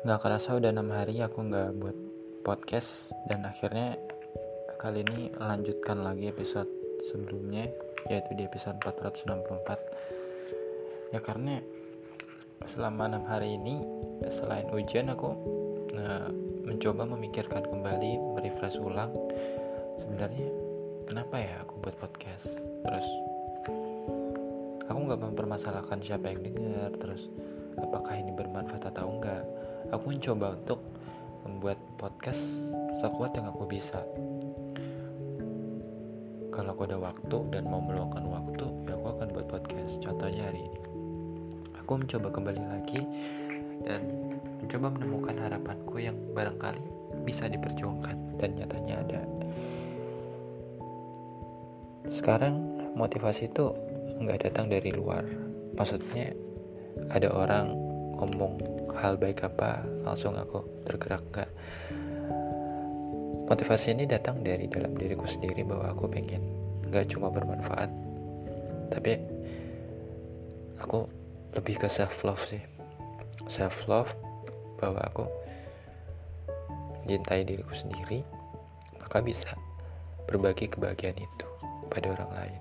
Gak kerasa udah 6 hari aku gak buat podcast. Dan akhirnya kali ini lanjutkan lagi episode sebelumnya, yaitu di episode 464. Ya karena selama 6 hari ini selain ujian aku mencoba memikirkan kembali, merefresh ulang sebenarnya kenapa ya aku buat podcast. Terus aku gak mempermasalahkan siapa yang dengar, terus apakah ini bermanfaat atau enggak. Aku mencoba untuk membuat podcast sekuat yang aku bisa. Kalau aku ada waktu dan mau meluangkan waktu, ya aku akan buat podcast. Contohnya hari ini aku mencoba kembali lagi dan mencoba menemukan harapanku yang barangkali bisa diperjuangkan, dan nyatanya ada. Sekarang motivasi itu gak datang dari luar. Maksudnya ada orang ngomong hal baik apa langsung aku tergerak, enggak. Motivasi ini datang dari dalam diriku sendiri, bahwa aku pengen gak cuma bermanfaat, tapi aku lebih ke self love sih. Self love, bahwa aku mencintai diriku sendiri, maka bisa berbagi kebahagiaan itu pada orang lain.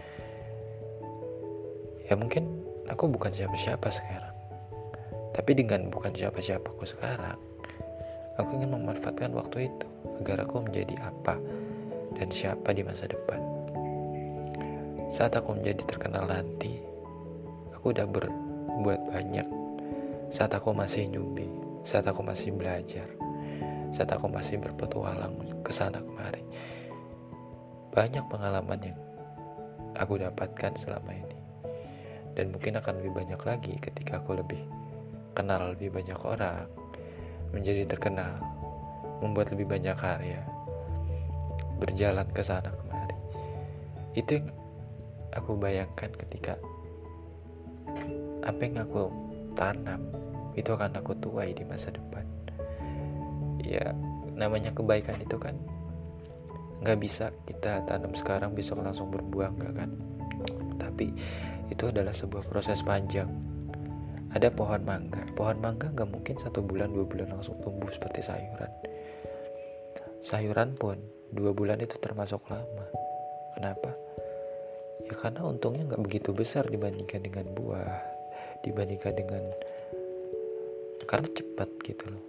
Ya mungkin aku bukan siapa-siapa sekarang, tapi dengan bukan siapa-siapaku sekarang, aku ingin memanfaatkan waktu itu agar aku menjadi apa dan siapa di masa depan. Saat aku menjadi terkenal nanti, aku udah berbuat banyak. Saat aku masih newbie, saat aku masih belajar, saat aku masih berpetualang kesana kemari, banyak pengalaman yang aku dapatkan selama ini. Dan mungkin akan lebih banyak lagi ketika aku lebih kenal lebih banyak orang, menjadi terkenal, membuat lebih banyak karya, berjalan ke sana kemari. Itu yang aku bayangkan ketika apa yang aku tanam itu akan aku tuai di masa depan. Ya namanya kebaikan itu kan gak bisa kita tanam sekarang besok langsung berbuah, enggak kan. Tapi itu adalah sebuah proses panjang. Ada pohon mangga gak mungkin 1 bulan 2 bulan langsung tumbuh seperti sayuran. Sayuran pun 2 bulan itu termasuk lama. Kenapa? Ya karena untungnya gak begitu besar dibandingkan dengan buah, dibandingkan dengan, karena cepat gitu loh.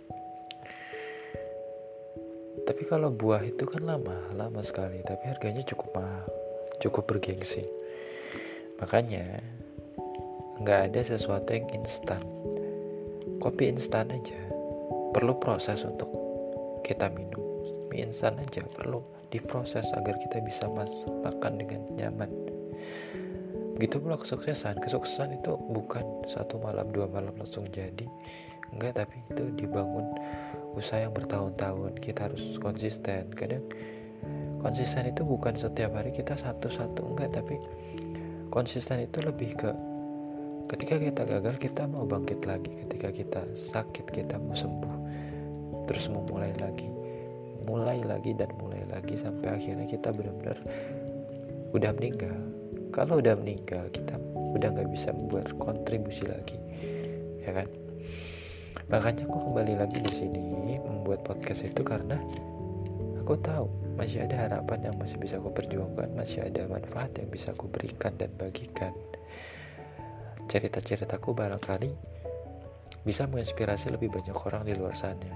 Tapi kalau buah itu kan lama sekali, tapi harganya cukup mahal, cukup bergengsi. Makanya gak ada sesuatu yang instan. Kopi instan aja perlu proses untuk kita minum. Mie instan aja perlu diproses agar kita bisa makan dengan nyaman. Begitu pula kesuksesan itu bukan 1 malam 2 malam langsung jadi. Enggak, tapi itu dibangun usaha yang bertahun-tahun. Kita harus konsisten. Kadang konsisten itu bukan setiap hari kita satu-satu, enggak, tapi konsisten itu lebih ke ketika kita gagal kita mau bangkit lagi, ketika kita sakit kita mau sembuh, terus mau mulai lagi dan mulai lagi sampai akhirnya kita benar-benar udah meninggal. Kalau udah meninggal kita udah gak bisa membuat kontribusi lagi, ya kan? Makanya aku kembali lagi di sini membuat podcast itu karena aku tahu masih ada harapan yang masih bisa aku perjuangkan, masih ada manfaat yang bisa aku berikan dan bagikan. Cerita-ceritaku barangkali bisa menginspirasi lebih banyak orang di luar sana.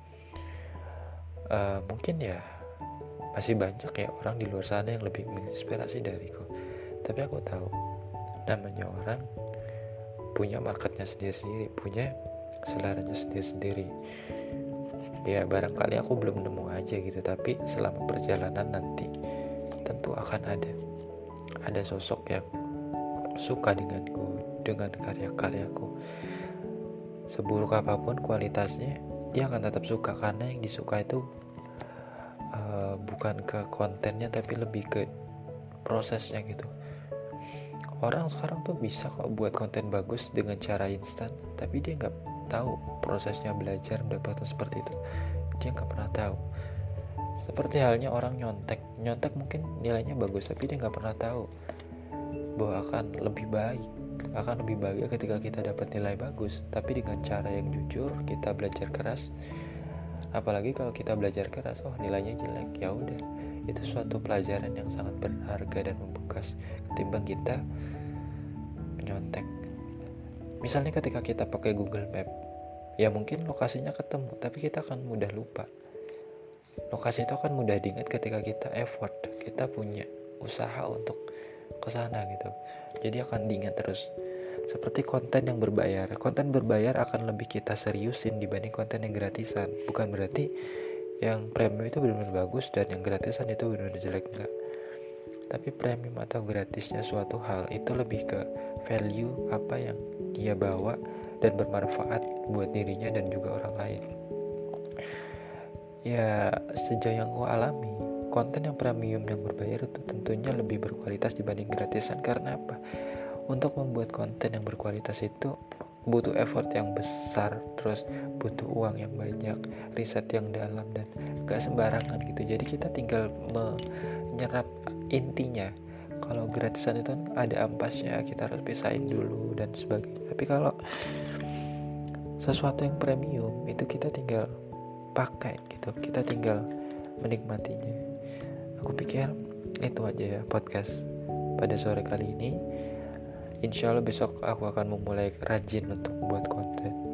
Mungkin ya masih banyak ya orang di luar sana yang lebih menginspirasi dariku. Tapi aku tahu namanya orang punya marketnya sendiri-sendiri, punya seleranya sendiri-sendiri. Ya barangkali aku belum nemu aja gitu, tapi selama perjalanan nanti tentu akan ada sosok yang suka denganku, dengan karya-karyaku. Seburuk apapun kualitasnya, dia akan tetap suka, karena yang disuka itu bukan ke kontennya tapi lebih ke prosesnya gitu. Orang sekarang tuh bisa kok buat konten bagus dengan cara instan, tapi dia gak tahu prosesnya belajar mendapatkan seperti itu. Dia gak pernah tahu. Seperti halnya orang nyontek mungkin nilainya bagus, tapi dia gak pernah tahu bahwa akan lebih baik akan lebih bahagia ketika kita dapat nilai bagus, tapi dengan cara yang jujur. Kita belajar keras, apalagi kalau kita belajar keras, nilainya jelek, ya udah, itu suatu pelajaran yang sangat berharga dan membekas ketimbang kita menyontek. Misalnya ketika kita pakai Google Map, ya mungkin lokasinya ketemu, tapi kita akan mudah lupa. Lokasi itu akan mudah diingat ketika kita effort, kita punya usaha untuk kesana gitu. Jadi akan diingat terus. Seperti konten yang berbayar. Konten berbayar akan lebih kita seriusin dibanding konten yang gratisan. Bukan berarti yang premium itu benar-benar bagus dan yang gratisan itu benar-benar jelek, enggak. Tapi premium atau gratisnya suatu hal itu lebih ke value apa yang dia bawa dan bermanfaat buat dirinya dan juga orang lain. Ya, sejauh yang aku alami, konten yang premium yang berbayar itu tentunya lebih berkualitas dibanding gratisan. Karena apa? Untuk membuat konten yang berkualitas itu butuh effort yang besar, terus butuh uang yang banyak, riset yang dalam, dan gak sembarangan gitu. Jadi kita tinggal menyerap intinya. Kalau gratisan itu ada ampasnya, kita harus pisahin dulu dan sebagainya. Tapi kalau sesuatu yang premium itu kita tinggal pakai gitu, kita tinggal menikmatinya. Aku pikir itu aja ya podcast pada sore kali ini. Insya Allah besok aku akan memulai rajin untuk buat konten.